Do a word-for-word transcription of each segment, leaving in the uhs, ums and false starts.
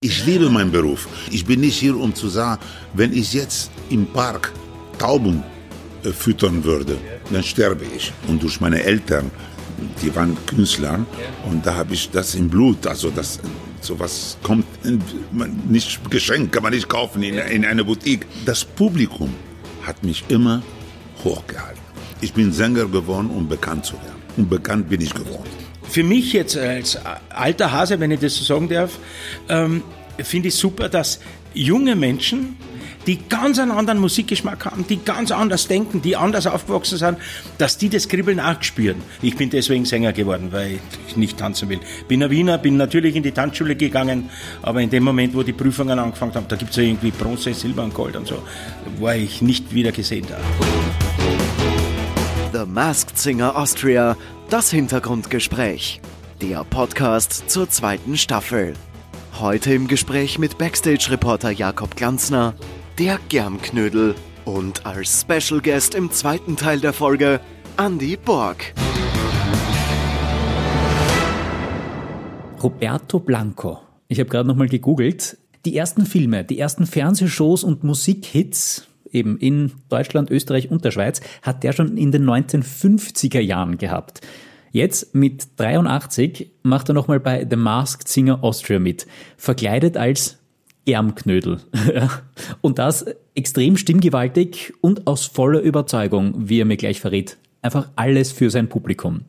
Ich liebe meinen Beruf. Ich bin nicht hier, um zu sagen, wenn ich jetzt im Park Tauben äh, füttern würde, dann sterbe ich. Und durch meine Eltern, die waren Künstler, und da habe ich das im Blut. Also das, sowas kommt in, nicht geschenkt, kann man nicht kaufen in, in einer Boutique. Das Publikum hat mich immer hochgehalten. Ich bin Sänger geworden, um bekannt zu werden. Und bekannt bin ich geworden. Für mich jetzt als alter Hase, wenn ich das so sagen darf, ähm, finde ich super, dass junge Menschen, die ganz einen anderen Musikgeschmack haben, die ganz anders denken, die anders aufgewachsen sind, dass die das Kribbeln auch spüren. Ich bin deswegen Sänger geworden, weil ich nicht tanzen will. Bin ein Wiener, bin natürlich in die Tanzschule gegangen, aber in dem Moment, wo die Prüfungen angefangen haben, da gibt es ja irgendwie Bronze, Silber und Gold und so, war ich nicht wieder gesehen da. The Masked Singer Austria, das Hintergrundgespräch. Der Podcast zur zweiten Staffel. Heute im Gespräch mit Backstage-Reporter Jakob Glanzner, der Germknödel und als Special Guest im zweiten Teil der Folge Andy Borg. Roberto Blanco. Ich habe gerade nochmal gegoogelt. Die ersten Filme, die ersten Fernsehshows und Musikhits, eben in Deutschland, Österreich und der Schweiz, hat der schon in den neunzehnhundertfünfziger Jahren gehabt. Jetzt mit dreiundachtzig macht er nochmal bei The Masked Singer Austria mit, verkleidet als Germknödel. Und das extrem stimmgewaltig und aus voller Überzeugung, wie er mir gleich verrät. Einfach alles für sein Publikum.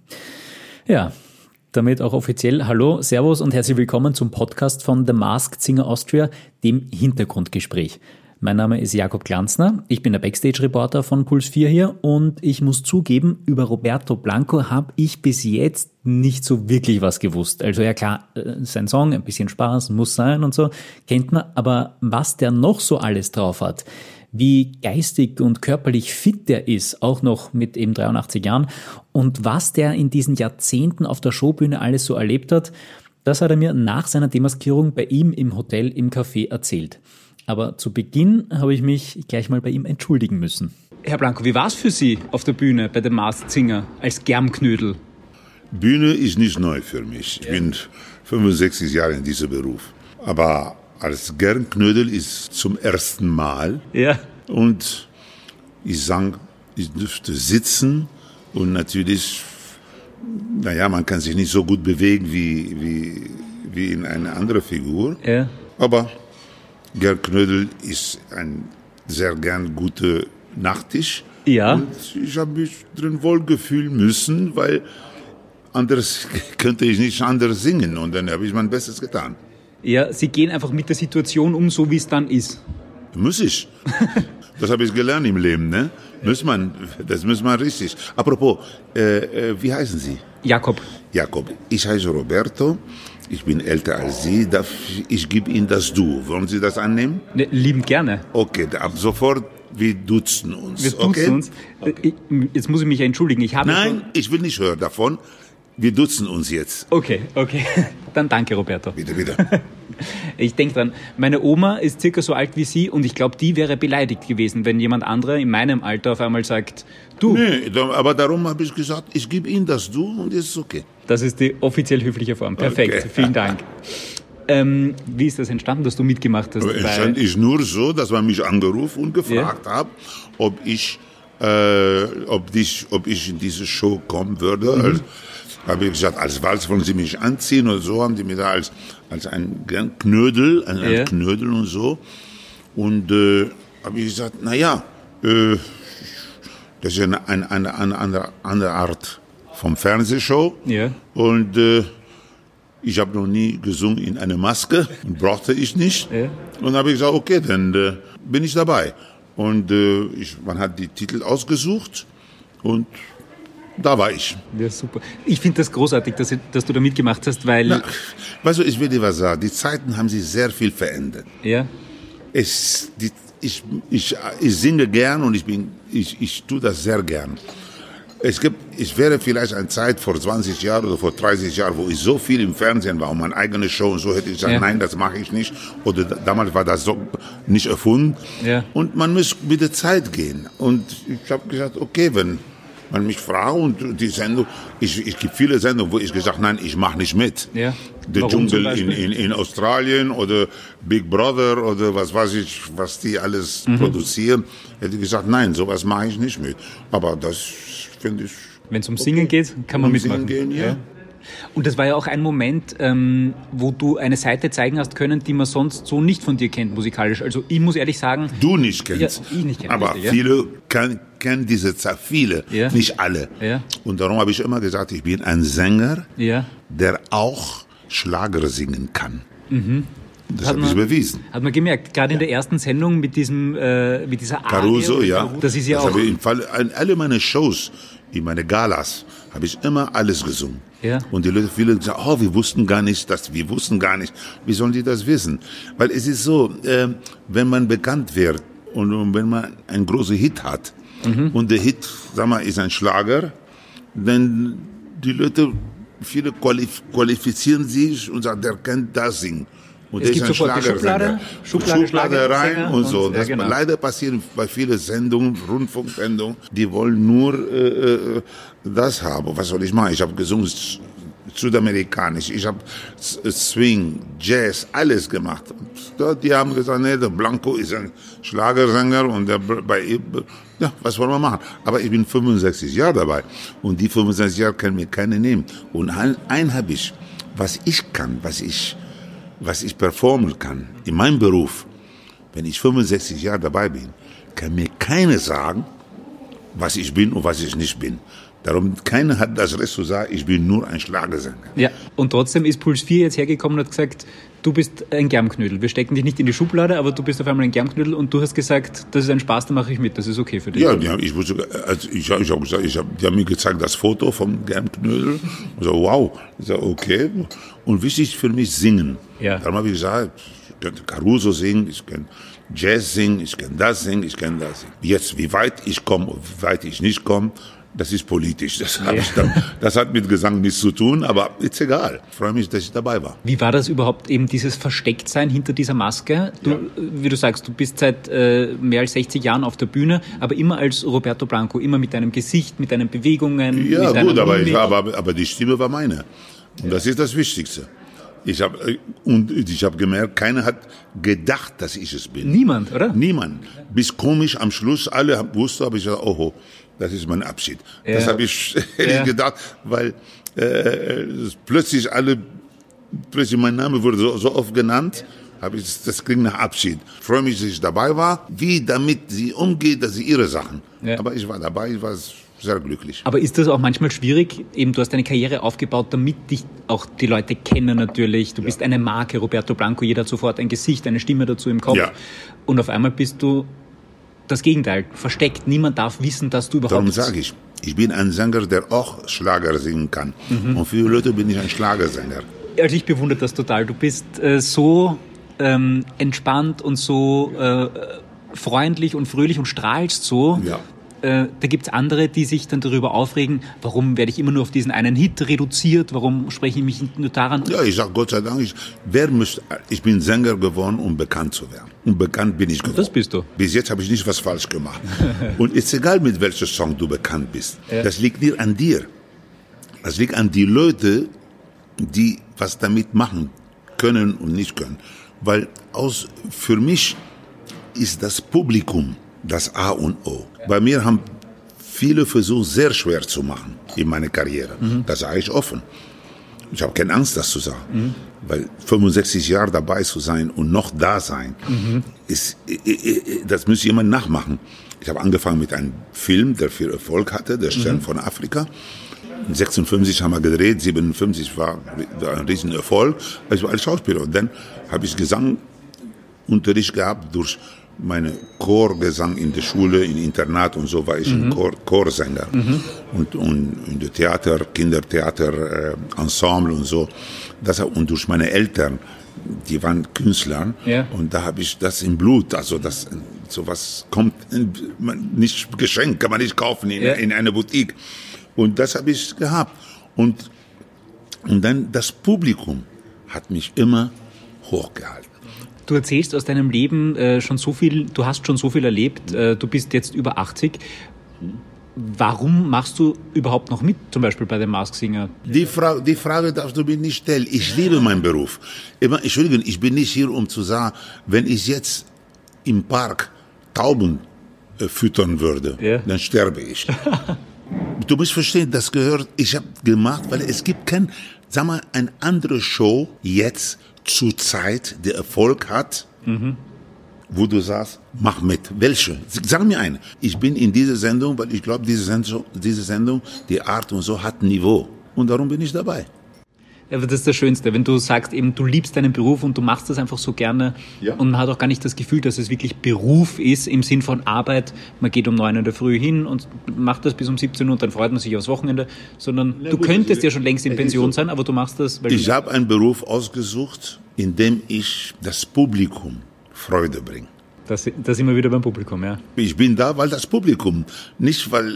Ja, damit auch offiziell Hallo, Servus und herzlich willkommen zum Podcast von The Masked Singer Austria, dem Hintergrundgespräch. Mein Name ist Jakob Glanzner, ich bin der Backstage-Reporter von Puls vier hier und ich muss zugeben, über Roberto Blanco habe ich bis jetzt nicht so wirklich was gewusst. Also ja klar, sein Song, ein bisschen Spaß, muss sein und so, kennt man, aber was der noch so alles drauf hat, wie geistig und körperlich fit der ist, auch noch mit eben dreiundachtzig Jahren und was der in diesen Jahrzehnten auf der Showbühne alles so erlebt hat, das hat er mir nach seiner Demaskierung bei ihm im Hotel im Café erzählt. Aber zu Beginn habe ich mich gleich mal bei ihm entschuldigen müssen. Herr Blanco, wie war es für Sie auf der Bühne bei The Masked Singer als Germknödel? Bühne ist nicht neu für mich. Ich ja. bin fünfundsechzig Jahre in diesem Beruf. Aber als Germknödel ist zum ersten Mal. Ja. Und ich sang, ich durfte sitzen und natürlich, naja, man kann sich nicht so gut bewegen wie, wie, wie in eine andere Figur. Ja. Aber Germknödel ist ein sehr gern guter Nachtisch. Ja. Und ich habe mich drin wohlgefühlen müssen, weil anders könnte ich nicht anders singen. Und dann habe ich mein Bestes getan. Ja, Sie gehen einfach mit der Situation um, so wie es dann ist. Muss ich. Das habe ich gelernt im Leben, ne? Muss man, das muss man richtig. Apropos, äh, äh, wie heißen Sie? Jakob. Jakob. Ich heiße Roberto. Ich bin älter als Sie. Ich gebe Ihnen das Du. Wollen Sie das annehmen? Ne, liebend gerne. Okay, ab sofort, wir duzen uns. Wir duzen okay? uns. Okay. Jetzt muss ich mich entschuldigen. Ich habe Nein, ich will nicht hören davon. Wir duzen uns jetzt. Okay, okay. Dann danke, Roberto. Bitte, bitte. Ich denke dran, meine Oma ist circa so alt wie Sie und ich glaube, die wäre beleidigt gewesen, wenn jemand anderer in meinem Alter auf einmal sagt, du. Nee, aber darum habe ich gesagt, ich gebe Ihnen das Du und es ist okay. Das ist die offiziell höfliche Form. Perfekt, okay. Vielen Dank. Ähm, wie ist das entstanden, dass du mitgemacht hast? Es ist nur so, dass man mich angerufen und gefragt ja. hat, ob ich, äh, ob, ich, ob ich in diese Show kommen würde. Mhm. Also, habe ich gesagt, als Walz wollen Sie mich anziehen und so, haben die mir da als, als ein Knödel, ein, ja. ein Knödel und so. Und äh, habe ich gesagt, na ja, äh, das ist eine, eine, eine, eine andere, andere Art vom Fernsehshow. Ja. Und äh, ich habe noch nie gesungen in einer Maske, brauchte ich nicht. Ja. Und habe ich gesagt, okay, dann äh, bin ich dabei. Und äh, ich, man hat die Titel ausgesucht und da war ich. Ja, super. Ich finde das großartig, dass, dass du da mitgemacht hast, weil... Na, weißt du, ich will dir was sagen. Die Zeiten haben sich sehr viel verändert. Ja. Es, die, ich, ich, ich singe gern und ich, bin, ich, ich tue das sehr gern. Es gibt, es wäre vielleicht eine Zeit vor zwanzig Jahren oder vor dreißig Jahren, wo ich so viel im Fernsehen war und meine eigene Show und so, hätte ich gesagt, ja. nein, das mache ich nicht. Oder damals war das so nicht erfunden. Ja. Und man muss mit der Zeit gehen. Und ich habe gesagt, okay, wenn... man mich fragt und die Sendung, ich, ich gibt viele Sendungen, wo ich gesagt habe, nein, ich mache nicht mit. Ja. Der Warum zum Dschungel in, Beispiel? in, in Australien oder Big Brother oder was weiß ich, was die alles Mhm. produzieren, hätte ich gesagt, nein, sowas mache ich nicht mit. Aber das finde ich... Wenn es um Singen geht, kann man Um mitmachen. Singen gehen, ja. Und das war ja auch ein Moment, ähm, wo du eine Seite zeigen hast können, die man sonst so nicht von dir kennt musikalisch. Also ich muss ehrlich sagen, Du nicht kennst. Ja, ich nicht kenne, aber richtig, ja. viele kennen, kennen diese Zeit, viele, Ja. nicht alle. Ja. Und darum habe ich immer gesagt, ich bin ein Sänger, ja, der auch Schlager singen kann. Das Hat habe ich man- bewiesen. hat man gemerkt, gerade in der ersten Sendung mit diesem, äh, mit dieser Arie Caruso, oder ja. Das ist ja das auch, habe ich im Fall, in alle meine Shows, in meine Galas, habe ich immer alles gesungen. Ja. Und die Leute, viele sagen, oh, wir wussten gar nicht, dass wir wussten gar nicht. Wie sollen die das wissen? Weil es ist so, äh, wenn man bekannt wird und, und wenn man einen großen Hit hat und der Hit, sag mal, ist ein Schlager, dann die Leute, viele qualif qualifizieren sich und sagen, der kann das singen. Und Es der gibt ist ein sofort die Schlagersänger. Schublade, Schublade, Schublade rein Schlagersänger und so. und- ja, Das genau. leider passiert bei vielen Sendungen, Rundfunksendungen, die wollen nur äh, äh, das haben. Was soll ich machen? Ich habe gesungen S- Südamerikanisch, ich habe S- Swing, Jazz, alles gemacht. Und da, die haben gesagt, nee, der Blanco ist ein Schlagersänger und der b- bei ihm, ja, was wollen wir machen? Aber ich bin fünfundsechzig Jahre dabei und die fünfundsechzig Jahre kann mir keiner nehmen. Und ein, ein habe ich, was ich kann, was ich was ich performen kann, in meinem Beruf, wenn ich fünfundsechzig Jahre dabei bin, kann mir keiner sagen, was ich bin und was ich nicht bin. Darum, keiner hat das Recht zu sagen, ich bin nur ein Schlagersänger. ja. Und trotzdem ist Puls vier jetzt hergekommen und hat gesagt, du bist ein Germknödel. Wir stecken dich nicht in die Schublade, aber du bist auf einmal ein Germknödel und du hast gesagt, das ist ein Spaß, da mache ich mit, das ist okay für dich. Ja, die haben, ich wusste, also ich, ich habe gesagt, ich hab, die haben mir gezeigt das Foto vom Germknödel. Ich so, wow. Ich so, okay. Und wichtig für mich singen. Ja. Darum habe ich gesagt, ich könnte Caruso singen, ich kann Jazz singen, ich kann das singen, ich kann das singen. Jetzt, wie weit ich komme und wie weit ich nicht komme, das ist politisch. Das, hab ich dann, das hat mit Gesang nichts zu tun, aber ist egal. Ich freue mich, dass ich dabei war. Wie war das überhaupt, eben dieses Verstecktsein hinter dieser Maske? Du, Ja. wie du sagst, du bist seit äh, mehr als sechzig Jahren auf der Bühne, aber immer als Roberto Blanco, immer mit deinem Gesicht, mit deinen Bewegungen, Ja, mit deiner gut, aber, ich, Mimik. aber, aber die Stimme war meine. Und das ist das Wichtigste. Ich hab, äh, und ich habe gemerkt, keiner hat gedacht, dass ich es bin. Niemand, oder? Niemand. Bis komisch am Schluss, alle haben- wussten, habe ich gesagt, oho, das ist mein Abschied. Ja. Das habe ich ehrlich Ja. gedacht, weil äh, plötzlich alle, plötzlich mein Name wurde so, so oft genannt, habe ich, das klingt nach Abschied. Ich freue mich, dass ich dabei war, wie damit sie umgeht, das sind ihre Sachen. Ja. Aber ich war dabei, ich war sehr glücklich. Aber ist das auch manchmal schwierig? Eben, du hast deine Karriere aufgebaut, damit dich auch die Leute kennen natürlich. Du bist eine Marke, Roberto Blanco, jeder hat sofort ein Gesicht, eine Stimme dazu im Kopf. Ja. Und auf einmal bist du das Gegenteil, versteckt. Niemand darf wissen, dass du überhaupt... Darum sage ich, ich bin ein Sänger, der auch Schlager singen kann. Und für viele Leute bin ich ein Schlagersänger. Also ich bewundere das total. Du bist äh, so ähm, entspannt und so äh, freundlich und fröhlich und strahlst so. Ja. Äh, da gibt's andere, die sich dann darüber aufregen, warum werde ich immer nur auf diesen einen Hit reduziert, warum spreche ich mich nur daran... Ja, ich sage Gott sei Dank, ich, wer müsste, ich bin Sänger geworden, um bekannt zu werden. Und bekannt bin ich geworden. Das bist du. Bis jetzt habe ich nicht was falsch gemacht. Und ist egal, mit welchem Song du bekannt bist. Ja. Das liegt nicht an dir. Das liegt an die Leute, die was damit machen können und nicht können. Weil aus, für mich ist das Publikum das A und O. Bei mir haben viele versucht, sehr schwer zu machen in meiner Karriere. Mhm. Das sage ich offen. Ich habe keine Angst, das zu sagen. Mhm. Weil fünfundsechzig Jahre dabei zu sein und noch da sein, mhm. ist, das muss jemand nachmachen. Ich habe angefangen mit einem Film, der viel Erfolg hatte, der Stern mhm. von Afrika. sechsundfünfzig haben wir gedreht, siebenundfünfzig war ein Riesenerfolg. Ich war als Schauspieler. Und dann habe ich Gesangunterricht gehabt durch meine Chorgesang in der Schule, im Internat und so war ich mhm. ein Chor, Chorsänger. Mhm. Und, und in der Theater, Kindertheater, äh, Ensemble und so. Das, und durch meine Eltern, die waren Künstler. Ja. Und da habe ich das im Blut. Also das, sowas kommt nicht geschenkt, kann man nicht kaufen in, ja. in einer Boutique. Und das habe ich gehabt. Und, und dann das Publikum hat mich immer hochgehalten. Du erzählst aus deinem Leben äh, schon so viel, du hast schon so viel erlebt, äh, du bist jetzt über achtzig. Warum machst du überhaupt noch mit, zum Beispiel bei dem Masked Singer? Die, Fra- die Frage darfst du mir nicht stellen. Ich liebe meinen Beruf. Immer, Entschuldigung, ich bin nicht hier, um zu sagen, wenn ich jetzt im Park Tauben äh, füttern würde, Ja. dann sterbe ich. Du musst verstehen, das gehört, ich habe gemacht, weil es gibt kein, sag mal, eine andere Show jetzt zur Zeit, die Erfolg hat, mhm. wo du sagst, mach mit. Welche? Sag mir eine. Ich bin in dieser Sendung, weil ich glaube, diese Sendung, diese Sendung, die Art und so hat Niveau. Und darum bin ich dabei. Ja, aber das ist das Schönste, wenn du sagst, eben du liebst deinen Beruf und du machst das einfach so gerne Ja. und man hat auch gar nicht das Gefühl, dass es wirklich Beruf ist im Sinn von Arbeit. Man geht um neun in der Früh hin und macht das bis um siebzehn Uhr und dann freut man sich aufs Wochenende, sondern du gut, könntest das- ja schon längst in das ist Pension so. sein, aber du machst das, weil Ich du, habe einen Beruf ausgesucht, in dem ich das Publikum Freude bringe. das, da sind wir wieder beim Publikum, ja. Ich bin da, weil das Publikum, nicht weil,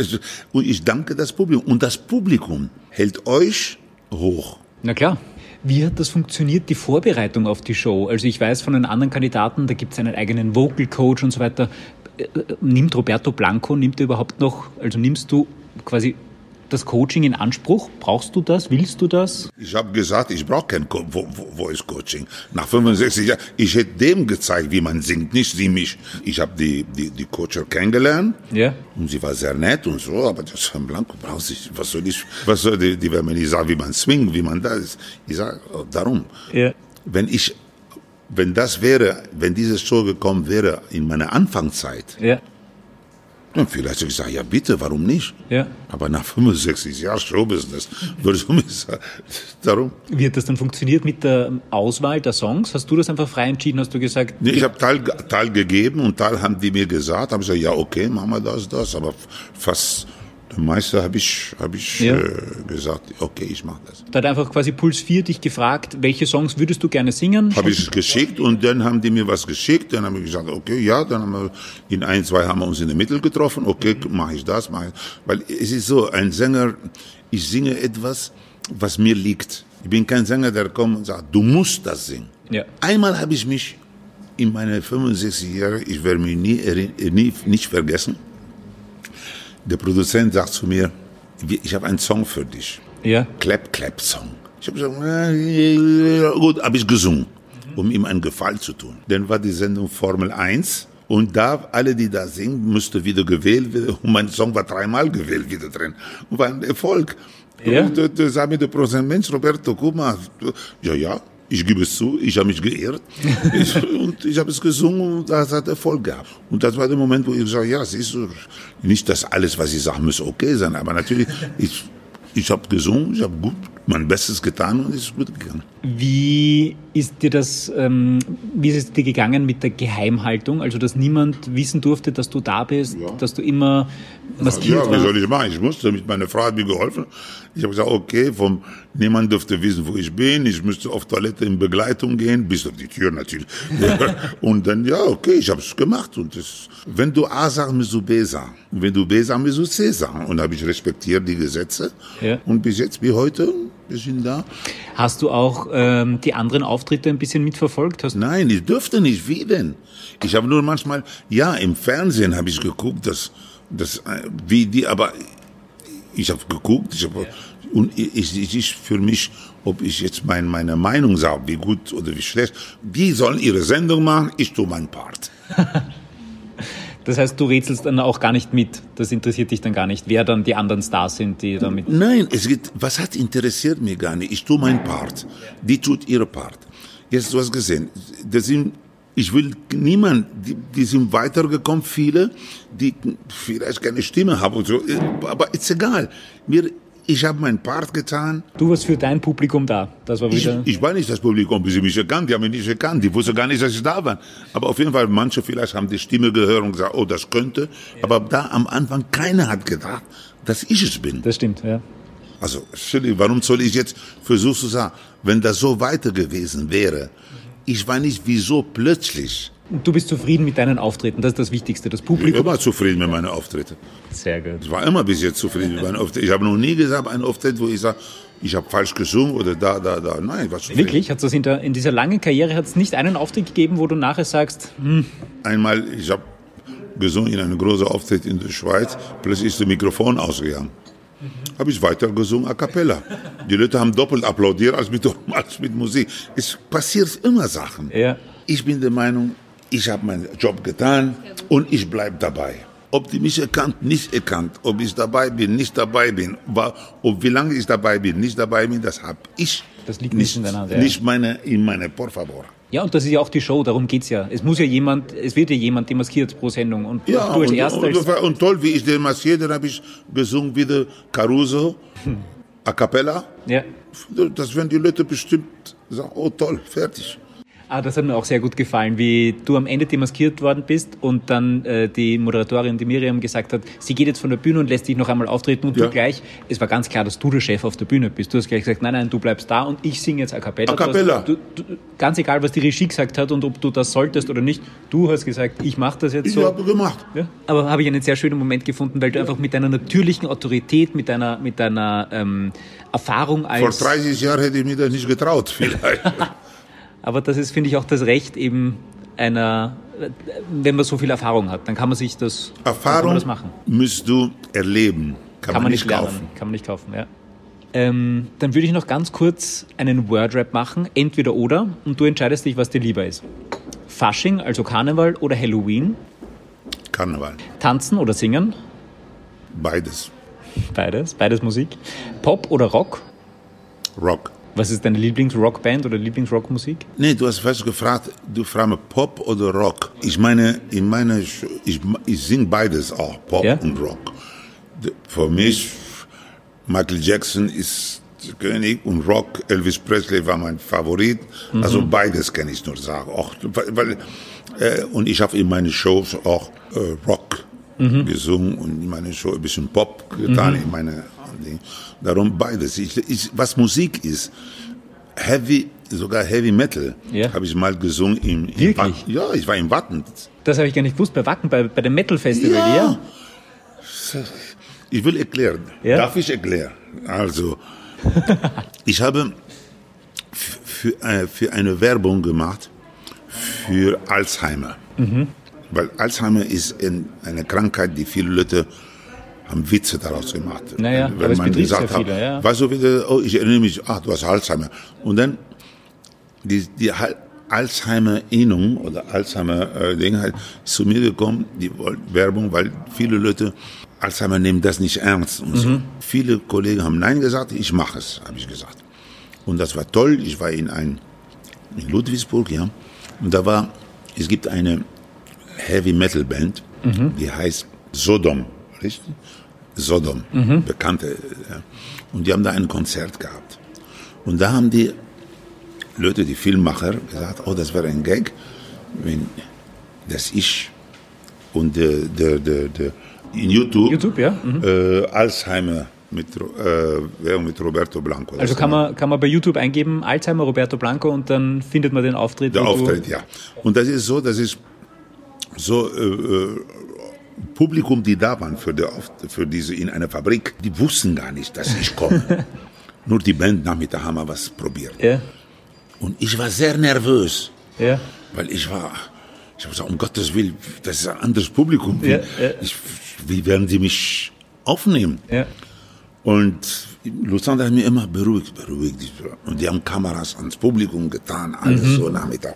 und ich danke das Publikum. Und das Publikum hält euch hoch. Na klar. Wie hat das funktioniert, die Vorbereitung auf die Show? Also ich weiß von den anderen Kandidaten, da gibt es einen eigenen Vocal Coach und so weiter. Äh, Nimmt Roberto Blanco, nimmt er überhaupt noch, also nimmst du quasi das Coaching in Anspruch? Brauchst du das? Willst du das? Ich habe gesagt, ich brauche kein Co- Vo- Vo- Voice Coaching. Nach fünfundsechzig Jahren, ich hätte dem gezeigt, wie man singt, nicht sie mich. Ich habe die, die, die Coacher kennengelernt. Ja. Und sie war sehr nett und so, aber das von Blanco braucht sich, was soll ich, was soll die, die werden mir nicht sagen, wie man swingt, wie man da ist. Ich sage, oh, darum. Ja. Wenn ich, wenn das wäre, wenn diese Show gekommen wäre in meiner Anfangszeit, Ja. dann vielleicht hätte ich gesagt, ja bitte, warum nicht? Ja. Aber nach fünfundsechzig Jahren Showbusiness, würdest du mir sagen, darum. Wie hat das dann funktioniert mit der Auswahl der Songs? Hast du das einfach frei entschieden? Hast du gesagt, Nee, ich habe Teil, Teil gegeben und Teil haben die mir gesagt, habe ich gesagt, ja okay, machen wir das, das, aber fast der meiste habe ich, hab ich Ja. äh, gesagt, okay, ich mache das. da hat einfach quasi Puls vier dich gefragt, welche Songs würdest du gerne singen? Habe ich es geschickt und dann haben die mir was geschickt, dann habe ich gesagt, okay, ja, dann haben wir in ein, zwei haben wir uns in der Mitte getroffen, okay, mache ich das, mache ich. Weil es ist so, ein Sänger, ich singe etwas, was mir liegt. Ich bin kein Sänger, der kommt und sagt, du musst das singen. Ja. Einmal habe ich mich in meine fünfundsechzig Jahre, ich werde mich nie, erinn- nie nicht vergessen, der Produzent sagt zu mir, ich habe einen Song für dich. Ja. Clap, Clap Song. Ich habe gesagt, äh, gut, habe ich gesungen, um ihm einen Gefallen zu tun. Dann war die Sendung Formel eins und da, alle, die da singen, musste wieder gewählt werden und mein Song war dreimal gewählt wieder drin und war ein Erfolg. Ja? Und da, da sah mir der Produzent, Mensch, Roberto, guck mal, ja, ja, ich gebe es zu, ich habe mich geirrt ich, und ich habe es gesungen und das hat Erfolg gehabt. Und das war der Moment, wo ich gesagt habe, ja, es ist so, nicht, dass alles, was ich sagen muss, okay sein, aber natürlich, ich, ich habe gesungen, ich habe gut mein Bestes getan und es ist gut gegangen. Wie ist dir das, ähm, wie ist es dir gegangen mit der Geheimhaltung? Also, dass niemand wissen durfte, dass du da bist, Ja. dass du immer maskiert Ja, wie soll warst? ich machen? Ich musste, mit meiner Frau hat mir geholfen. Ich habe gesagt, okay, vom, niemand dürfte wissen, wo ich bin. Ich müsste auf Toilette in Begleitung gehen, bis auf die Tür natürlich. Und dann, ja, okay, ich habe es gemacht. Und das, wenn du A sagst, musst du B sagen. Und wenn du B sagst, musst du C sagen. Und da habe ich respektiert die Gesetze. Ja. Und bis jetzt, wie heute, wir sind da. Hast du auch ähm, die anderen Auftritte ein bisschen mitverfolgt? Hast Nein, ich dürfte nicht. Wie denn? Ich habe nur manchmal, ja, im Fernsehen habe ich geguckt, dass, dass, äh, wie die, aber ich habe geguckt, ich habe, und ich, ich, ich für mich, ob ich jetzt mein, meine Meinung sage, wie gut oder wie schlecht, die sollen ihre Sendung machen, ich tue meinen Part. Das heißt, du rätselst dann auch gar nicht mit. Das interessiert dich dann gar nicht, wer dann die anderen Stars sind, die damit. Nein, es geht, was hat interessiert mich gar nicht. Ich tue meinen Part. Die tut ihre Part. Jetzt, du hast gesehen, das sind, ich will niemand, die, die sind weitergekommen, viele, die vielleicht keine Stimme haben und so, aber ist egal. Mir, ich habe meinen Part getan. Du warst für dein Publikum da. Das war Ich, wieder. ich war nicht das Publikum, bis sie mich erkannt, die haben mich nicht erkannt, die wussten gar nicht, dass ich da war. Aber auf jeden Fall, manche vielleicht haben die Stimme gehört und gesagt, oh, das könnte. Aber da am Anfang, keiner hat gedacht, dass ich es bin. Das stimmt, ja. Also, Entschuldigung, warum soll ich jetzt versuchen zu sagen, wenn das so weiter gewesen wäre, ich war nicht, wieso plötzlich. Und du bist zufrieden mit deinen Auftritten, das ist das Wichtigste. Das Ich bin Publikum. immer zufrieden mit meinen Auftritten. Sehr gut. Ich war immer bis jetzt zufrieden mit meinen Auftritten. Ich habe noch nie gesagt, ein Auftritt, wo ich sage, ich habe falsch gesungen oder da, da, da. Nein, ich war zufrieden. Wirklich? Hat's das in, der, in dieser langen Karriere hat es nicht einen Auftritt gegeben, wo du nachher sagst, hm, Einmal, ich habe gesungen in einem großen Auftritt in der Schweiz, plötzlich ist das Mikrofon ausgegangen. Mhm. Habe ich weiter gesungen a cappella. Die Leute haben doppelt applaudiert als mit, als mit Musik. Es passiert immer Sachen. Ja. Ich bin der Meinung, ich habe meinen Job getan und ich bleibe dabei. Ob die mich erkannt, nicht erkannt, ob ich dabei bin, nicht dabei bin, ob wie lange ich dabei bin, nicht dabei bin, das habe ich. Das liegt nicht in deiner Hand. Ja. Nicht meine, in meine por favor. Ja, und das ist ja auch die Show, darum geht's ja. Es muss ja jemand, es wird ja jemand demaskiert pro Sendung. Und ja, du als und, Erster... Und, und, und toll, wie ich demaskiert, dann habe ich gesungen wieder Caruso, hm. a cappella. Ja. Das werden die Leute bestimmt sagen, oh toll, fertig. Ah, das hat mir auch sehr gut gefallen, wie du am Ende demaskiert worden bist und dann äh, die Moderatorin, die Miriam, gesagt hat, sie geht jetzt von der Bühne und lässt dich noch einmal auftreten und ja. du gleich, es war ganz klar, dass du der Chef auf der Bühne bist. Du hast gleich gesagt, nein, nein, du bleibst da und ich singe jetzt a cappella. A cappella. Du, du, ganz egal, was die Regie gesagt hat und ob du das solltest oder nicht, du hast gesagt, ich mache das jetzt ich so. Ich habe gemacht. Ja? Aber habe ich einen sehr schönen Moment gefunden, weil du ja. einfach mit deiner natürlichen Autorität, mit deiner, mit deiner ähm, Erfahrung als... Vor dreißig Jahren hätte ich mir das nicht getraut, vielleicht. Aber das ist, finde ich, auch das Recht eben einer, wenn man so viel Erfahrung hat, dann kann man sich das, Erfahrung kann man das machen. Müsst du erleben, kann, kann man, man nicht lernen, kaufen. Kann man nicht kaufen, ja. Ähm, dann würde ich noch ganz kurz einen Wordrap machen, entweder oder, und du entscheidest dich, was dir lieber ist. Fasching, also Karneval oder Halloween? Karneval. Tanzen oder singen? Beides. Beides, beides Musik. Pop oder Rock? Rock. Was ist deine Lieblingsrockband oder Lieblingsrockmusik? Nee, du hast fast gefragt, du fragst Pop oder Rock. Ich meine, in meiner, ich, ich singe beides auch, Pop ja? und Rock. Für mich, Michael Jackson ist der König und Rock, Elvis Presley war mein Favorit. Mhm. Also beides kann ich nur sagen. Auch, weil, äh, und ich habe in meinen Shows auch äh, Rock mhm. gesungen und in meiner Show ein bisschen Pop getan, mhm. in meine Darum beides. Ich, ich, was Musik ist, Heavy, sogar Heavy Metal, yeah. habe ich mal gesungen im, im Wirklich? Ja, ich war im Wacken. Das habe ich gar nicht gewusst, bei Wacken, bei, bei dem Metal Festival, ja. ja. Ich will erklären. Ja? Darf ich erklären? Also, ich habe für, für eine Werbung gemacht für Alzheimer. Mhm. Weil Alzheimer ist eine Krankheit, die viele Leute haben Witze daraus gemacht. Naja, wenn aber man es gesagt ja viele, hat, ja. weißt du, wieder, oh, ich erinnere mich, ach, du hast Alzheimer. Und dann die, die Alzheimer-Innung oder Alzheimer-Ding halt ist zu mir gekommen, die Werbung, weil viele Leute Alzheimer nehmen das nicht ernst. Und so. Mhm. Viele Kollegen haben Nein gesagt, ich mache es, habe ich gesagt. Und das war toll. Ich war in ein in Ludwigsburg, ja, und da war, es gibt eine Heavy-Metal-Band, mhm. die heißt Sodom, richtig? Sodom, mhm. bekannte. Ja. Und die haben da ein Konzert gehabt. Und da haben die Leute, die Filmmacher, gesagt, oh, das wäre ein Gag, wenn das ich und der, der, der, der in YouTube, YouTube ja. mhm. äh, Alzheimer mit, äh, mit Roberto Blanco. Also kann man, kann man bei YouTube eingeben, Alzheimer, Roberto Blanco, und dann findet man den Auftritt. Der Auftritt, ja. Und das ist so, das ist so, äh, Publikum, die da waren für, die, für diese in einer Fabrik, die wussten gar nicht, dass ich komme. Nur die Band Nachmittag haben wir was probiert. Ja. Und ich war sehr nervös, ja. weil ich war, ich habe gesagt, um Gottes Willen, das ist ein anderes Publikum. Wie, ja, ja. Ich, wie werden die mich aufnehmen? Ja. Und Lucinda hat mir immer beruhigt, beruhigt. Und die haben Kameras ans Publikum getan, alles mhm. so Nachmittag.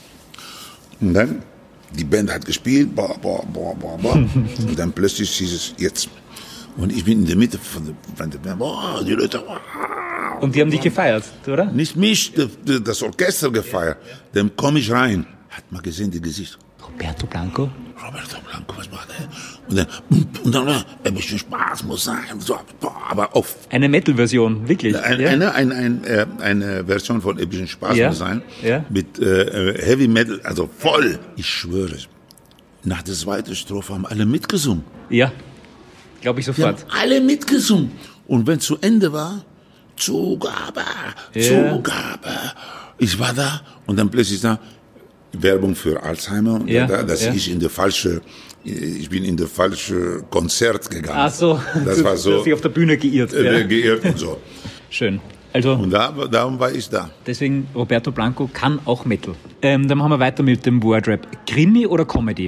Und dann, die Band hat gespielt, boah, boah, boah, boah, boah. Und dann plötzlich hieß es jetzt. Und ich bin in der Mitte von der, von der Band, boah, die Leute, boah. Und die haben dich gefeiert, oder? Nicht mich, das Orchester gefeiert. Dann komme ich rein, hat man gesehen, die Gesichter. Roberto Blanco? Roberto Blanco, was macht er? Und dann, und dann, ein bisschen Spaß muss sein. So, boah, aber auf. Eine Metal-Version, wirklich? Eine, ja. eine, eine, eine, eine Version von ein bisschen Spaß ja. muss sein. Ja. Mit äh, Heavy Metal, also voll. Ich schwöre es. Nach der zweiten Strophe haben alle mitgesungen. Ja, glaube ich sofort. Die haben alle mitgesungen. Und wenn es zu Ende war, Zugabe, ja. Zugabe. Ich war da und dann plötzlich da Werbung für Alzheimer. Und ja. da, dass ja. ich in der falsche, ich bin in der falsche Konzert gegangen. Ach so, das war so. Du hast dich auf der Bühne geirrt. Äh, ja. Geirrt und so. Schön. Also, und da, darum war ich da. Deswegen, Roberto Blanco kann auch Metal. Ähm, dann machen wir weiter mit dem Wordrap. Krimi oder Comedy?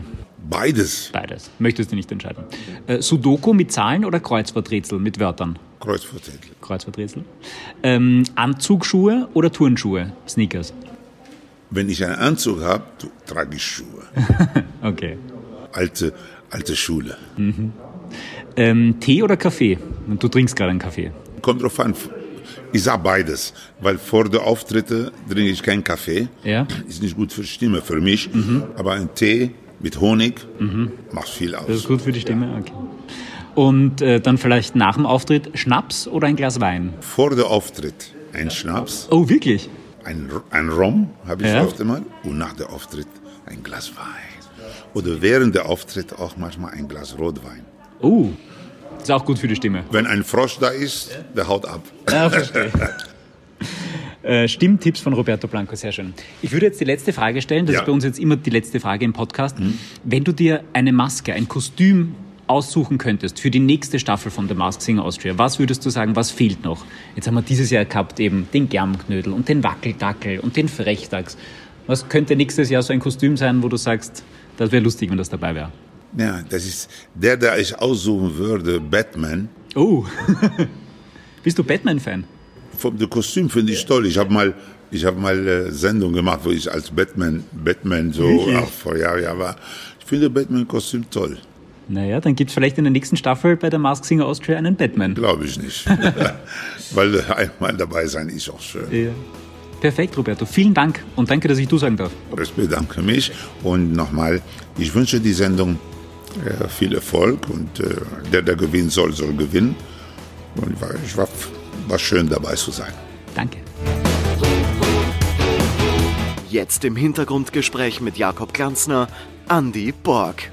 Beides. Beides. Möchtest du nicht entscheiden. Äh, Sudoku mit Zahlen oder Kreuzworträtsel mit Wörtern? Kreuzworträtsel. Kreuzworträtsel. Ähm, Anzugsschuhe oder Turnschuhe? Sneakers. Wenn ich einen Anzug habe, trage ich Schuhe. Okay. Alte, alte Schule. Mhm. Ähm, Tee oder Kaffee? Und du trinkst gerade einen Kaffee. Kommt drauf an. Ich sage beides, weil vor der Auftritte trinke ich keinen Kaffee. Ja. Ist nicht gut für die Stimme, für mich. Mhm. Aber ein Tee mit Honig mhm. macht viel aus. Das ist gut für die Stimme, okay. Und äh, dann vielleicht nach dem Auftritt Schnaps oder ein Glas Wein? Vor der Auftritt ein Schnaps. Oh, wirklich? Ein, ein Rum habe ich ja. oft einmal. Und nach der Auftritt ein Glas Wein. Oder während der Auftritt auch manchmal ein Glas Rotwein. Oh, ist auch gut für die Stimme. Wenn ein Frosch da ist, der haut ab. Ja, verstehe. äh, Stimmtipps von Roberto Blanco, sehr schön. Ich würde jetzt die letzte Frage stellen, das ja. ist bei uns jetzt immer die letzte Frage im Podcast. Mhm. Wenn du dir eine Maske, ein Kostüm aussuchen könntest für die nächste Staffel von The Masked Singer Austria, was würdest du sagen, was fehlt noch? Jetzt haben wir dieses Jahr gehabt eben den Germknödel und den Wackeldackel und den Frechdachs. Was könnte nächstes Jahr so ein Kostüm sein, wo du sagst, das wäre lustig, wenn das dabei wäre? Ja, das ist der, der ich aussuchen würde, Batman. Oh, bist du Batman-Fan? Vom dem Kostüm finde ich toll. Ich habe mal, ich habe mal eine Sendung gemacht, wo ich als Batman, Batman so auch vor Jahren ja, war. Ich finde Batman-Kostüm toll. Naja, dann gibt es vielleicht in der nächsten Staffel bei der Masked Singer Austria einen Batman. Glaube ich nicht. Weil einmal dabei sein ist auch schön. Ja. Perfekt, Roberto. Vielen Dank und danke, dass ich du sagen darf. Ich bedanke mich und nochmal, ich wünsche die Sendung äh, viel Erfolg und äh, der, der gewinnen soll, soll gewinnen. Und war, ich war, war schön dabei zu sein. Danke. Jetzt im Hintergrundgespräch mit Jakob Glanzner, Andy Borg.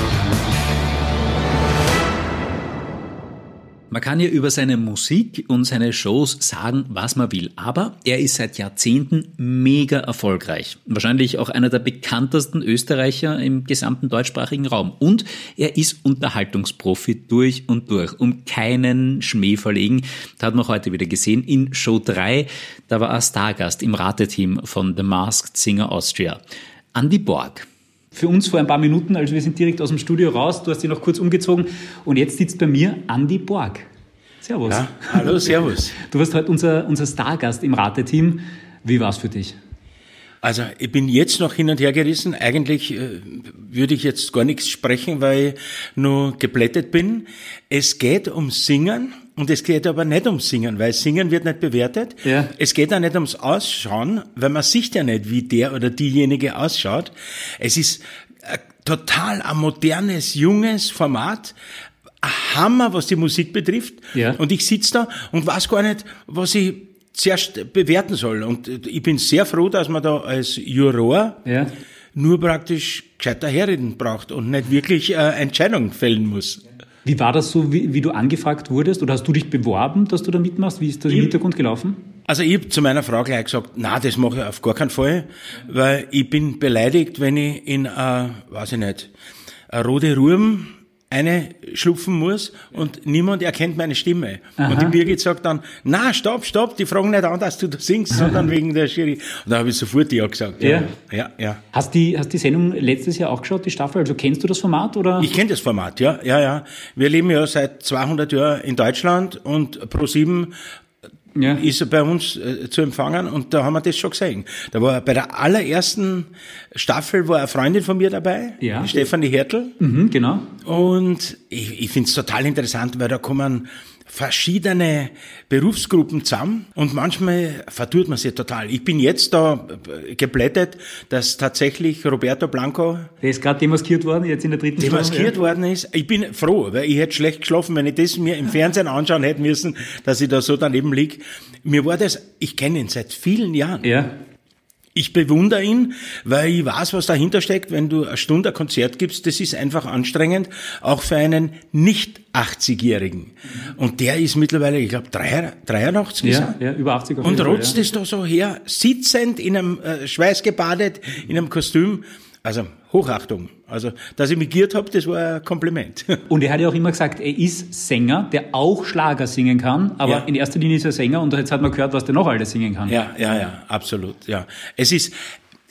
Man kann ja über seine Musik und seine Shows sagen, was man will, aber er ist seit Jahrzehnten mega erfolgreich. Wahrscheinlich auch einer der bekanntesten Österreicher im gesamten deutschsprachigen Raum. Und er ist Unterhaltungsprofi durch und durch, um keinen Schmäh verlegen. Das hat man heute wieder gesehen in Show drei. Da war er Stargast im Rateteam von The Masked Singer Austria. Andy Borg. Für uns vor ein paar Minuten, also wir sind direkt aus dem Studio raus, du hast dich noch kurz umgezogen und jetzt sitzt bei mir Andy Borg. Servus. Ja, hallo, servus. Du warst heute unser, unser Stargast im Rateteam. Wie war es für dich? Also ich bin jetzt noch hin und her gerissen. Eigentlich äh, würde ich jetzt gar nichts sprechen, weil ich nur geblättet bin. Es geht ums Singen und es geht aber nicht ums Singen, weil Singen wird nicht bewertet. Ja. Es geht auch nicht ums Ausschauen, weil man sieht ja nicht, wie der oder diejenige ausschaut. Es ist äh, total ein modernes, junges Format. Ein Hammer, was die Musik betrifft. Ja. Und ich sitze da und weiß gar nicht, was ich zuerst bewerten soll. Und ich bin sehr froh, dass man da als Juror ja. nur praktisch gescheiter herreden braucht und nicht wirklich äh, Entscheidungen fällen muss. Wie war das so, wie, wie du angefragt wurdest? Oder hast du dich beworben, dass du da mitmachst? Wie ist das im Hintergrund gelaufen? Also ich habe zu meiner Frau gleich gesagt, na, das mache ich auf gar keinen Fall, weil ich bin beleidigt, wenn ich in, äh, weiß ich nicht, eine rote Ruhm eine schlupfen muss und niemand erkennt meine Stimme. Aha. Und die Birgit sagt dann, na, stopp, stopp, die fragen nicht an, dass du da singst, sondern wegen der Jury. Und da habe ich sofort ja gesagt. Ja, ja, ja. ja. Hast die, hast die Sendung letztes Jahr auch geschaut, die Staffel? Also kennst du das Format, oder? Ich kenne das Format, ja, ja, ja. Wir leben ja seit zweihundert Jahren in Deutschland und ProSieben ja. ist er bei uns äh, zu empfangen und da haben wir das schon gesehen. Da war bei der allerersten Staffel war eine Freundin von mir dabei, ja. die Stefanie Hertel. Mhm, genau. Und ich, ich finde es total interessant, weil da kommen verschiedene Berufsgruppen zusammen und manchmal vertut man sich total. Ich bin jetzt da geblättet, dass tatsächlich Roberto Blanco der ist gerade demaskiert worden, jetzt in der dritten Staffel. Demaskiert ja. worden ist. Ich bin froh, weil ich hätte schlecht geschlafen, wenn ich das mir im Fernsehen anschauen hätte müssen, dass ich da so daneben liege. Mir war das, ich kenne ihn seit vielen Jahren. Ja. Ich bewundere ihn, weil ich weiß, was dahinter steckt, wenn du eine Stunde ein Konzert gibst. Das ist einfach anstrengend, auch für einen nicht achtzigjährigen. Und der ist mittlerweile, ich glaube, dreiundachtzig ist ja, er. Ja, über achtzig. Und rotzt ja. es da so her, sitzend, in einem äh, schweißgebadet, in einem Kostüm. Also Hochachtung. Also, dass ich mich giert habe, das war ein Kompliment. Und er hat ja auch immer gesagt, er ist Sänger, der auch Schlager singen kann, aber ja. in erster Linie ist er Sänger und jetzt hat man gehört, was der noch alles singen kann. Ja, ja, ja, absolut, ja. Es ist,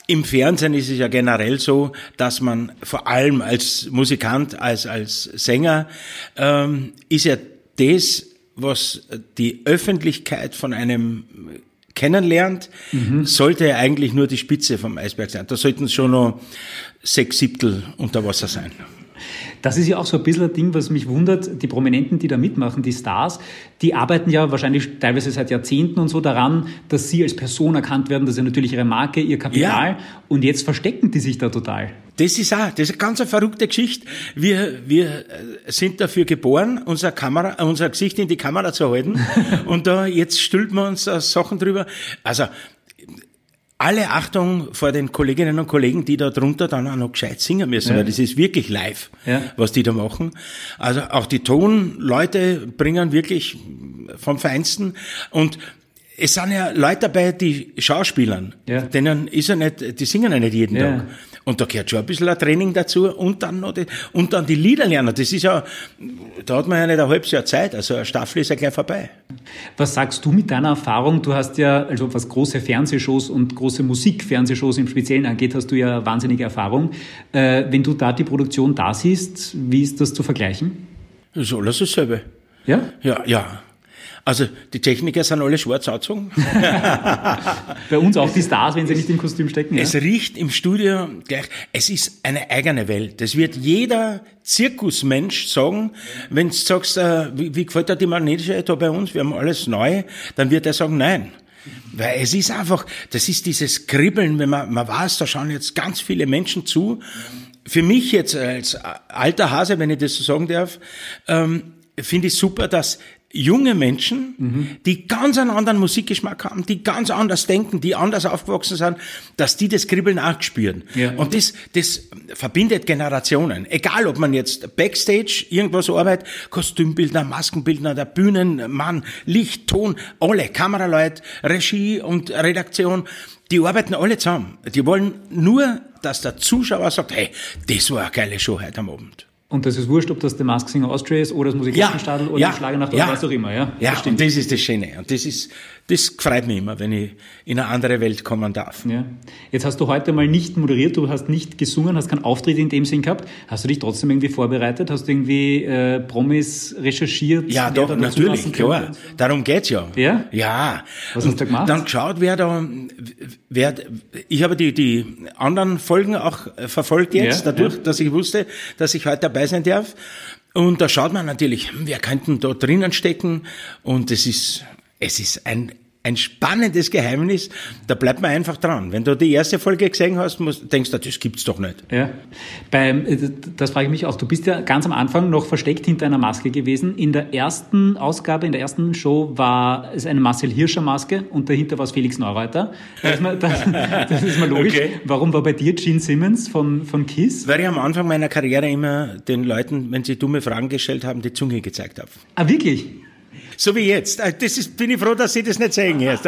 Im Fernsehen ist es ja generell so, dass man vor allem als Musikant, als, als Sänger, ähm, ist ja das, was die Öffentlichkeit von einem kennenlernt, mhm. sollte eigentlich nur die Spitze vom Eisberg sein. Da sollten schon noch sechs Siebtel unter Wasser sein. Das ist ja auch so ein bisschen ein Ding, was mich wundert. Die Prominenten, die da mitmachen, die Stars, die arbeiten ja wahrscheinlich teilweise seit Jahrzehnten und so daran, dass sie als Person erkannt werden. Das ist ja natürlich ihre Marke, ihr Kapital. Ja. Und jetzt verstecken die sich da total. Das ist auch, das ist eine ganz eine verrückte Geschichte. Wir, wir sind dafür geboren, unser Kamera, unser Gesicht in die Kamera zu halten. Und da, jetzt stülpen wir uns da Sachen drüber. Also, alle Achtung vor den Kolleginnen und Kollegen, die da drunter dann auch noch gescheit singen müssen, ja. weil das ist wirklich live, ja. was die da machen. Also auch die Tonleute bringen wirklich vom Feinsten. Und es sind ja Leute dabei, die Schauspielern, ja. denen ist ja nicht, die singen ja nicht jeden ja. Tag. Und da gehört schon ein bisschen ein Training dazu und dann noch die, und dann die Lieder lernen. Das ist ja, da hat man ja nicht ein halbes Jahr Zeit. Also eine Staffel ist ja gleich vorbei. Was sagst du mit deiner Erfahrung? Du hast ja, also was große Fernsehshows und große Musikfernsehshows im Speziellen angeht, hast du ja wahnsinnige Erfahrung. Äh, wenn du da die Produktion da siehst, wie ist das zu vergleichen? Das ist alles dasselbe. Ja? Ja, ja. Also die Techniker sind alle schwarz angezogen. Bei uns auch die Stars, wenn sie nicht im Kostüm stecken. Es ja? riecht im Studio gleich, es ist eine eigene Welt. Das wird jeder Zirkusmensch sagen, wenn du sagst, äh, wie, wie gefällt dir die Magnetische da bei uns, wir haben alles neu, dann wird er sagen, nein. Weil es ist einfach, das ist dieses Kribbeln, wenn man, man weiß, da schauen jetzt ganz viele Menschen zu. Für mich jetzt als alter Hase, wenn ich das so sagen darf, ähm, finde ich super, dass junge Menschen, mhm. die ganz einen anderen Musikgeschmack haben, die ganz anders denken, die anders aufgewachsen sind, dass die das Kribbeln auch spüren. Ja. Und das, das verbindet Generationen. Egal, ob man jetzt Backstage irgendwas arbeitet, Kostümbildner, Maskenbildner, der Bühnenmann, Licht, Ton, alle, Kameraleute, Regie und Redaktion, die arbeiten alle zusammen. Die wollen nur, dass der Zuschauer sagt, hey, das war eine geile Show heute am Abend. Und das ist wurscht, ob das der Mask Singer Austria ist oder das Musikantenstadel ja, oder ja, die Schlagernacht oder ja, was auch immer, ja? Ja, das und das ist das Schöne. Und das ist, das freut mich immer, wenn ich in eine andere Welt kommen darf. Ja. Jetzt hast du heute mal nicht moderiert, du hast nicht gesungen, hast keinen Auftritt in dem Sinn gehabt. Hast du dich trotzdem irgendwie vorbereitet? Hast du irgendwie äh, Promis recherchiert? Ja, doch, natürlich, klar. Darum geht's ja. Ja? Ja. Was hast du da gemacht? Dann geschaut, wer da, wer, ich habe die, die anderen Folgen auch verfolgt jetzt, ja, dadurch, ja. dass ich wusste, dass ich heute dabei sein darf. Und da schaut man natürlich, wer könnte da drinnen stecken? Und es ist, es ist ein, ein spannendes Geheimnis. Da bleibt man einfach dran. Wenn du die erste Folge gesehen hast, musst, denkst du, das gibt's doch nicht. Ja. Beim, das frage ich mich auch. Du bist ja ganz am Anfang noch versteckt hinter einer Maske gewesen. In der ersten Ausgabe, in der ersten Show war es eine Marcel Hirscher Maske und dahinter war es Felix Neureuter. Das ist mir, das, das ist mir logisch. Okay. Warum war bei dir Gene Simmons von, von KISS? Weil ich am Anfang meiner Karriere immer den Leuten, wenn sie dumme Fragen gestellt haben, die Zunge gezeigt habe. Ah, wirklich? So wie jetzt. Das ist, bin ich froh, dass Sie das nicht sehen jetzt.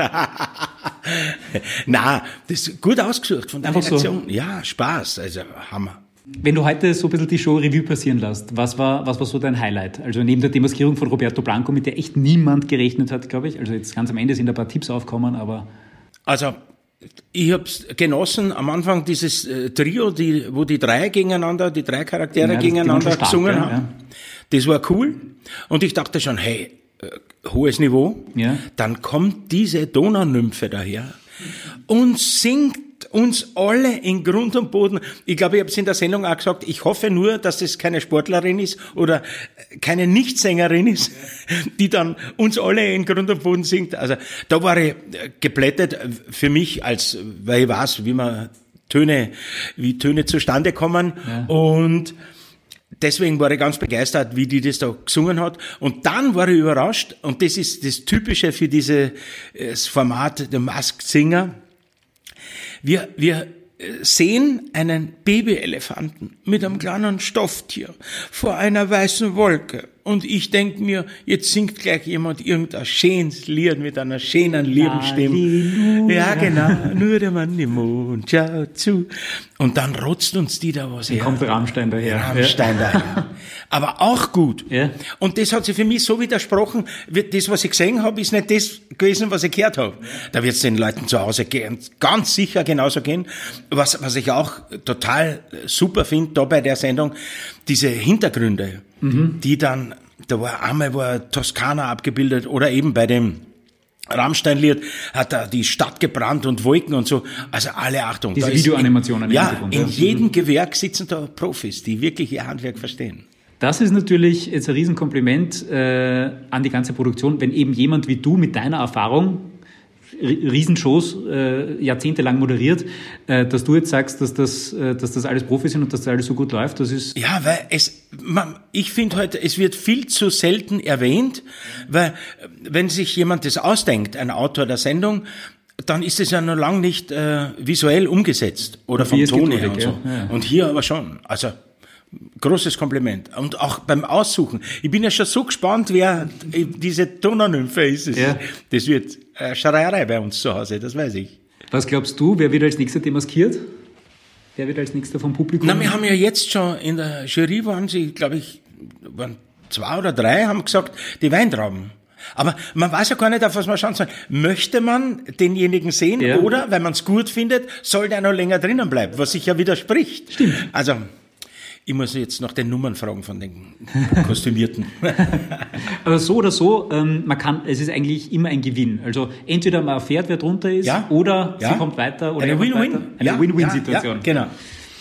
Nein, das ist gut ausgesucht von der Einfach Redaktion. So. Ja, Spaß, also Hammer. Wenn du heute so ein bisschen die Show Revue passieren lässt, was war, was war so dein Highlight? Also neben der Demaskierung von Roberto Blanco, mit der echt niemand gerechnet hat, glaube ich. Also jetzt ganz am Ende sind ein paar Tipps aufgekommen, aber... Also, ich hab's genossen, am Anfang dieses äh, Trio, die, wo die drei gegeneinander, die drei Charaktere ja, gegeneinander stark, gesungen ja, haben. Ja. Das war cool. Und ich dachte schon, hey, äh, hohes Niveau. Ja. Dann kommt diese Donaunymphe daher und singt uns alle in Grund und Boden. Ich glaube, ich habe es in der Sendung auch gesagt, ich hoffe nur, dass das keine Sportlerin ist oder keine Nichtsängerin ist, die dann uns alle in Grund und Boden singt. Also da war ich geplättet für mich, als weil ich weiß, wie man Töne, wie Töne zustande kommen. Ja. Und deswegen war ich ganz begeistert, wie die das da gesungen hat. Und dann war ich überrascht, und das ist das Typische für dieses Format, der Masked Singer. Wir, wir sehen einen Babyelefanten mit einem kleinen Stofftier vor einer weißen Wolke. Und ich denke mir, jetzt singt gleich jemand irgendein schönes Lied mit einer schönen, lieben Stimme. Ja, genau. Nur der Mann im Mond schaut zu. Und dann rotzt uns die da was her. Kommt Rammstein daher. Rammstein ja. daher. Aber auch gut. Ja. Und das hat sich für mich so widersprochen, das, was ich gesehen habe, ist nicht das gewesen, was ich gehört habe. Da wird es den Leuten zu Hause ganz sicher genauso gehen. Was, was ich auch total super finde, da bei der Sendung, diese Hintergründe, mhm. die dann, da war einmal war Toskana abgebildet oder eben bei dem Rammstein-Lied hat da die Stadt gebrannt und Wolken und so. Also alle Achtung. Diese Videoanimationen. Ja, in jedem Gewerk sitzen da Profis, die wirklich ihr Handwerk verstehen. Das ist natürlich jetzt ein Riesenkompliment äh, an die ganze Produktion, wenn eben jemand wie du mit deiner Erfahrung Riesenshows äh, jahrzehntelang moderiert, äh, dass du jetzt sagst, dass das, äh, dass das alles Profis sind und dass das alles so gut läuft, das ist... Ja, weil es, man, ich finde heute, es wird viel zu selten erwähnt, weil wenn sich jemand das ausdenkt, ein Autor der Sendung, dann ist es ja noch lange nicht äh, visuell umgesetzt oder vom Ton her und so. Ja, ja. Und hier aber schon, also... Großes Kompliment. Und auch beim Aussuchen. Ich bin ja schon so gespannt, wer diese Donnernymphe ist. Das, ja. das wird äh, Schreierei bei uns zu Hause, das weiß ich. Was glaubst du, wer wird als nächster demaskiert? Wer wird als nächster vom Publikum? Na, wir haben ja jetzt schon in der Jury waren sie, glaube ich, waren zwei oder drei, haben gesagt, die Weintrauben. Aber man weiß ja gar nicht, auf was man schauen soll. Möchte man denjenigen sehen ja. oder, wenn man es gut findet, soll der noch länger drinnen bleiben, was sich ja widerspricht. Stimmt. Also... Ich muss jetzt nach den Nummern fragen von den Kostümierten. Aber so oder so, ähm, man kann, es ist eigentlich immer ein Gewinn. Also entweder man erfährt, wer drunter ist, ja, oder ja. sie kommt weiter oder eine Win-Win. Eine ja, Win-Win-Situation. Ja, ja, genau.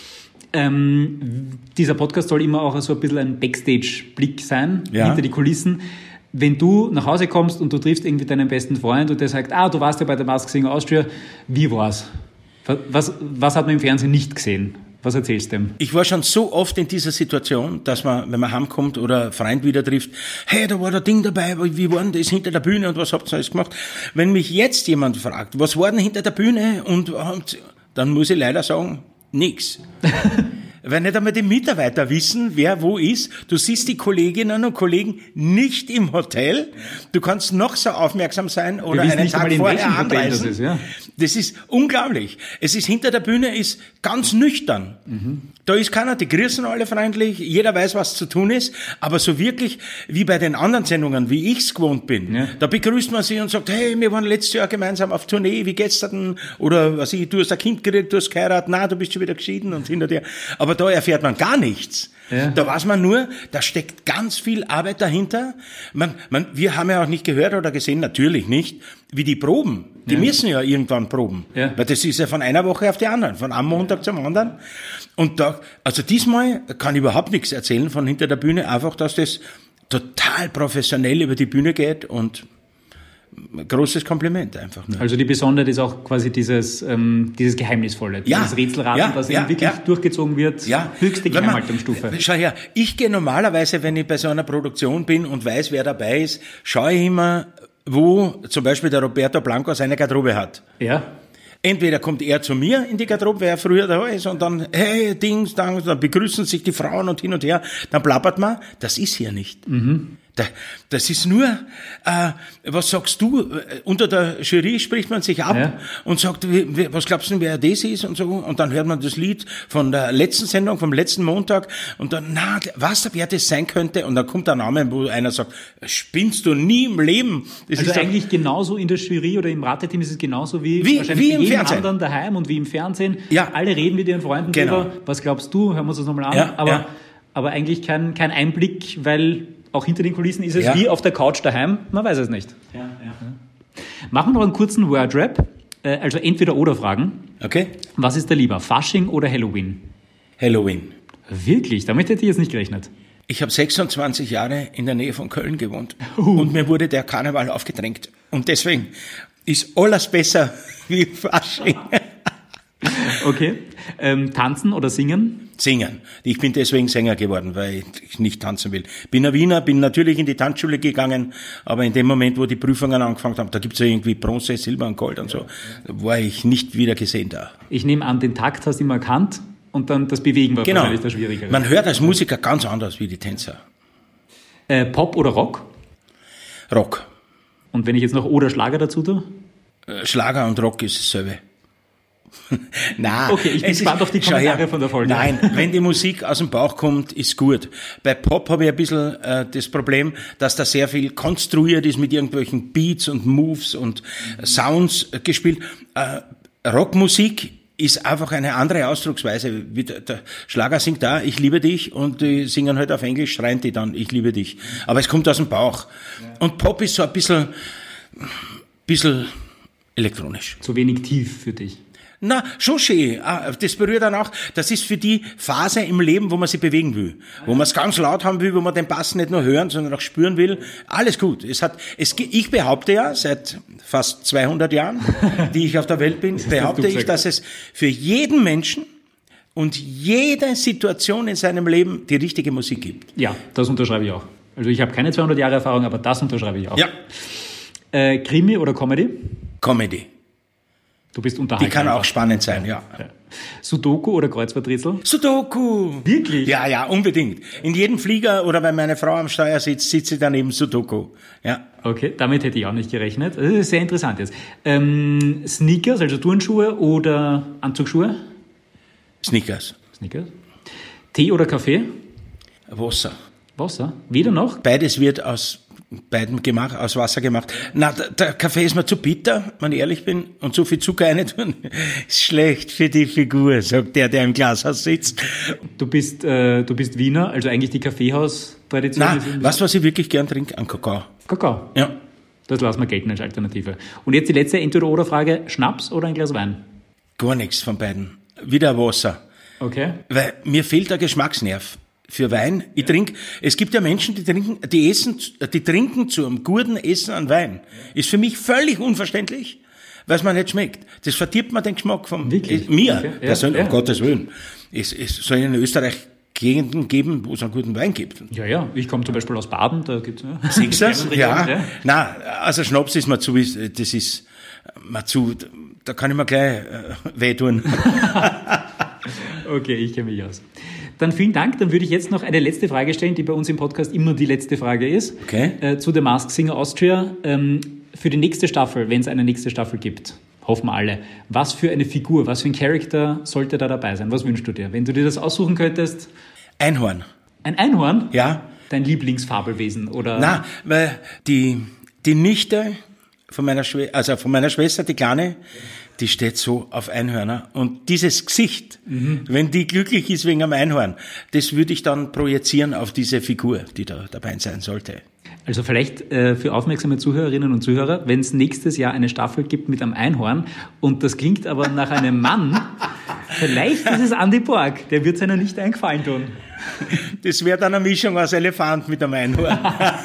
Ähm, dieser Podcast soll immer auch so ein bisschen ein Backstage-Blick sein, ja. hinter die Kulissen. Wenn du nach Hause kommst und du triffst irgendwie deinen besten Freund und der sagt, ah, du warst ja bei der Masked Singer Austria, wie war's? Was, was hat man im Fernsehen nicht gesehen? Was erzählst du dem? Ich war schon so oft in dieser Situation, dass man, wenn man heimkommt oder einen Freund wieder trifft, hey, da war der Ding dabei, wie war denn das hinter der Bühne und was habt ihr alles gemacht? Wenn mich jetzt jemand fragt, was war denn hinter der Bühne und, und dann muss ich leider sagen, nix. Weil nicht einmal die Mitarbeiter wissen, wer wo ist. Du siehst die Kolleginnen und Kollegen nicht im Hotel. Du kannst noch so aufmerksam sein oder einen nicht Tag vorher anreisen. Das ist, ja. Das ist unglaublich. Es ist hinter der Bühne ist ganz nüchtern. Mhm. Da ist keiner, die grüßen alle freundlich, jeder weiß, was zu tun ist, aber so wirklich wie bei den anderen Sendungen, wie ich's gewohnt bin, ja. da begrüßt man sie und sagt, hey, wir waren letztes Jahr gemeinsam auf Tournee, wie geht's dir denn? Oder was ich, du hast ein Kind gekriegt, du hast geheiratet, na, du bist schon wieder geschieden und hinter dir. Aber da erfährt man gar nichts. Ja. Da weiß man nur, da steckt ganz viel Arbeit dahinter. Man, man, wir haben ja auch nicht gehört oder gesehen, natürlich nicht, wie die proben. Die ja. müssen ja irgendwann proben. Ja. Weil das ist ja von einer Woche auf die andere, von einem Montag zum anderen. Und da, also diesmal kann ich überhaupt nichts erzählen von hinter der Bühne, einfach, dass das total professionell über die Bühne geht und großes Kompliment einfach nur. Also die Besonderheit ist auch quasi dieses, ähm, dieses Geheimnisvolle, ja, dieses Rätselraten, ja, das ja, eben wirklich ja. durchgezogen wird, ja. höchste Geheimhaltungsstufe. Schau her, ich gehe normalerweise, wenn ich bei so einer Produktion bin und weiß, wer dabei ist, schaue ich immer, wo zum Beispiel der Roberto Blanco seine Garderobe hat. Ja. Entweder kommt er zu mir in die Garderobe, wer früher da ist, und dann, hey, Dings, dann, dann begrüßen sich die Frauen und hin und her, dann plappert man, das ist hier nicht. Mhm. Das ist nur, äh, was sagst du, unter der Jury spricht man sich ab ja. und sagt, was glaubst du, wer das ist und so, und dann hört man das Lied von der letzten Sendung, vom letzten Montag, und dann, na, was, wer das sein könnte, und dann kommt der Name, wo einer sagt, spinnst du nie im Leben. Das also ist eigentlich doch, genauso in der Jury oder im Rateteam ist es genauso wie, wie, wahrscheinlich wie im jedem Fernsehen. anderen daheim und wie im Fernsehen. Ja. Alle reden mit ihren Freunden genau. drüber, was glaubst du, hören wir uns das nochmal an, ja, aber, ja. aber eigentlich kein, kein Einblick, weil auch hinter den Kulissen ist es ja. wie auf der Couch daheim, man weiß es nicht. Ja, ja. Machen wir noch einen kurzen Word-Rap, also Entweder-Oder-Fragen. Okay. Was ist da lieber, Fasching oder Halloween? Halloween. Wirklich? Damit hätte ich jetzt nicht gerechnet. Ich habe sechsundzwanzig Jahre in der Nähe von Köln gewohnt uh. und mir wurde der Karneval aufgedrängt. Und deswegen ist alles besser wie Fasching. Okay. Ähm, tanzen oder singen? Singen. Ich bin deswegen Sänger geworden, weil ich nicht tanzen will. Bin ein Wiener, bin natürlich in die Tanzschule gegangen, aber in dem Moment, wo die Prüfungen angefangen haben, da gibt's ja irgendwie Bronze, Silber und Gold und so, war ich nicht wieder gesehen da. Ich nehme an, den Takt hast du immer erkannt und dann das Bewegen war genau. wahrscheinlich das Schwierige. Man hört als Musiker ganz anders wie die Tänzer. Äh, Pop oder Rock? Rock. Und wenn ich jetzt noch oder Schlager dazu tue? Äh, Schlager und Rock ist dasselbe. Nein, okay, ich bin gespannt auf die Kommentare von der Folge. Nein, wenn die Musik aus dem Bauch kommt, ist gut. Bei Pop habe ich ein bisschen äh, das Problem, dass da sehr viel konstruiert ist mit irgendwelchen Beats und Moves und Sounds äh, gespielt. Äh, Rockmusik ist einfach eine andere Ausdrucksweise. Wie der, der Schlager singt da, ich liebe dich, und die singen halt auf Englisch, schreien die dann, ich liebe dich. Aber es kommt aus dem Bauch. Und Pop ist so ein bisschen, bisschen elektronisch. Zu wenig tief für dich. Na, schon schön. Das berührt dann auch. Das ist für die Phase im Leben, wo man sich bewegen will. Wo man es ganz laut haben will, wo man den Bass nicht nur hören, sondern auch spüren will. Alles gut. Es hat, es, ich behaupte ja, seit fast zweihundert Jahren, die ich auf der Welt bin, behaupte ich, dass es für jeden Menschen und jede Situation in seinem Leben die richtige Musik gibt. Ja, das unterschreibe ich auch. Also ich habe keine zweihundert Jahre Erfahrung, aber das unterschreibe ich auch. Ja. Äh, Krimi oder Comedy? Comedy. Du bist unterhalten. Die kann einfach. auch spannend sein, ja. ja. Sudoku oder Kreuzworträtsel? Sudoku! Wirklich? Ja, ja, unbedingt. In jedem Flieger oder wenn meine Frau am Steuer sitzt, sitzt sie daneben Sudoku. Ja. Okay, damit hätte ich auch nicht gerechnet. Das ist sehr interessant jetzt. Ähm, Sneakers, also Turnschuhe oder Anzugsschuhe? Sneakers. Sneakers. Tee oder Kaffee? Wasser. Wasser? Weder noch? Beides wird aus beiden gemacht, aus Wasser gemacht. Na, der, der Kaffee ist mir zu bitter, wenn ich ehrlich bin, und so viel Zucker rein tun, ist schlecht für die Figur, sagt der, der im Glashaus sitzt. Du bist, äh, du bist Wiener, also eigentlich die Kaffeehaus-Tradition. Nein, weißt du, was ich wirklich gern trinke? Ein Kakao. Kakao? Ja. Das lassen wir gelten als Alternative. Und jetzt die letzte Entweder-Oder-Frage, Schnaps oder ein Glas Wein? Gar nichts von beiden. Wieder Wasser. Okay. Weil mir fehlt der Geschmacksnerv. Für Wein. Ich trinke, es gibt ja Menschen, die trinken, die essen, die trinken zu einem guten Essen an Wein. Ist für mich völlig unverständlich, weil es mir nicht schmeckt. Das verdirbt mir den Geschmack vom, Wirklich? äh, mir, Okay. Ja, persönlich, ja. um Gottes Willen. Es, es soll in Österreich Gegenden geben, wo es einen guten Wein gibt. Ja, ja. Ich komme zum Beispiel aus Baden, da gibt's ja. Siehst du das? Ja. ja. Nein, also Schnaps ist mir zu, das ist mir zu, da kann ich mir gleich äh, wehtun. Okay, ich kenne mich aus. Dann vielen Dank. Dann würde ich jetzt noch eine letzte Frage stellen, die bei uns im Podcast immer die letzte Frage ist. Okay. Äh, zu The Masked Singer Austria. Ähm, für die nächste Staffel, wenn es eine nächste Staffel gibt, hoffen wir alle, was für eine Figur, was für ein Charakter sollte da dabei sein? Was wünschst du dir? Wenn du dir das aussuchen könntest? Einhorn. Ein Einhorn? Ja. Dein Lieblingsfabelwesen? Oder? Na, weil die, die Nichte von meiner Schwester, also von meiner Schwester, die Kleine, die steht so auf Einhörner. Und dieses Gesicht, mhm. wenn die glücklich ist wegen einem Einhorn, das würde ich dann projizieren auf diese Figur, die da dabei sein sollte. Also vielleicht äh, für aufmerksame Zuhörerinnen und Zuhörer, wenn es nächstes Jahr eine Staffel gibt mit einem Einhorn und das klingt aber nach einem Mann, vielleicht ist es Andy Borg, der wird seiner nicht einen Gefallen tun. Das wäre dann eine Mischung aus Elefant mit einem Einhorn.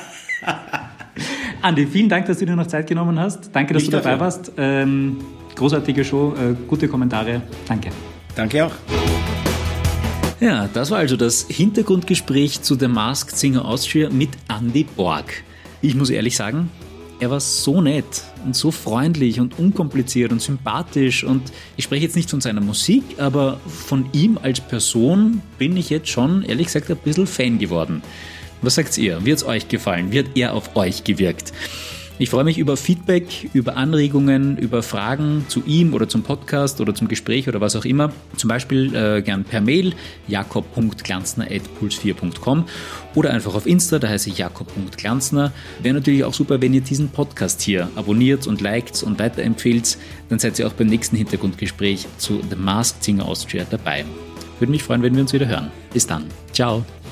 Andi, vielen Dank, dass du dir noch Zeit genommen hast. Danke, dass Nicht du dabei dafür. warst. Ähm, großartige Show, äh, gute Kommentare. Danke. Danke auch. Ja, das war also das Hintergrundgespräch zu The Masked Singer Austria mit Andy Borg. Ich muss ehrlich sagen, er war so nett und so freundlich und unkompliziert und sympathisch, und ich spreche jetzt nicht von seiner Musik, aber von ihm als Person bin ich jetzt schon, ehrlich gesagt, ein bisschen Fan geworden. Was sagt ihr? Wird es euch gefallen? Wird er auf euch gewirkt? Ich freue mich über Feedback, über Anregungen, über Fragen zu ihm oder zum Podcast oder zum Gespräch oder was auch immer. Zum Beispiel äh, gern per Mail jakob punkt glanzner at puls vier punkt com oder einfach auf Insta, da heiße ich jakob punkt glanzner. Wäre natürlich auch super, wenn ihr diesen Podcast hier abonniert und liked und weiterempfehlt. Dann seid ihr auch beim nächsten Hintergrundgespräch zu The Masked Singer Austria dabei. Würde mich freuen, wenn wir uns wieder hören. Bis dann. Ciao.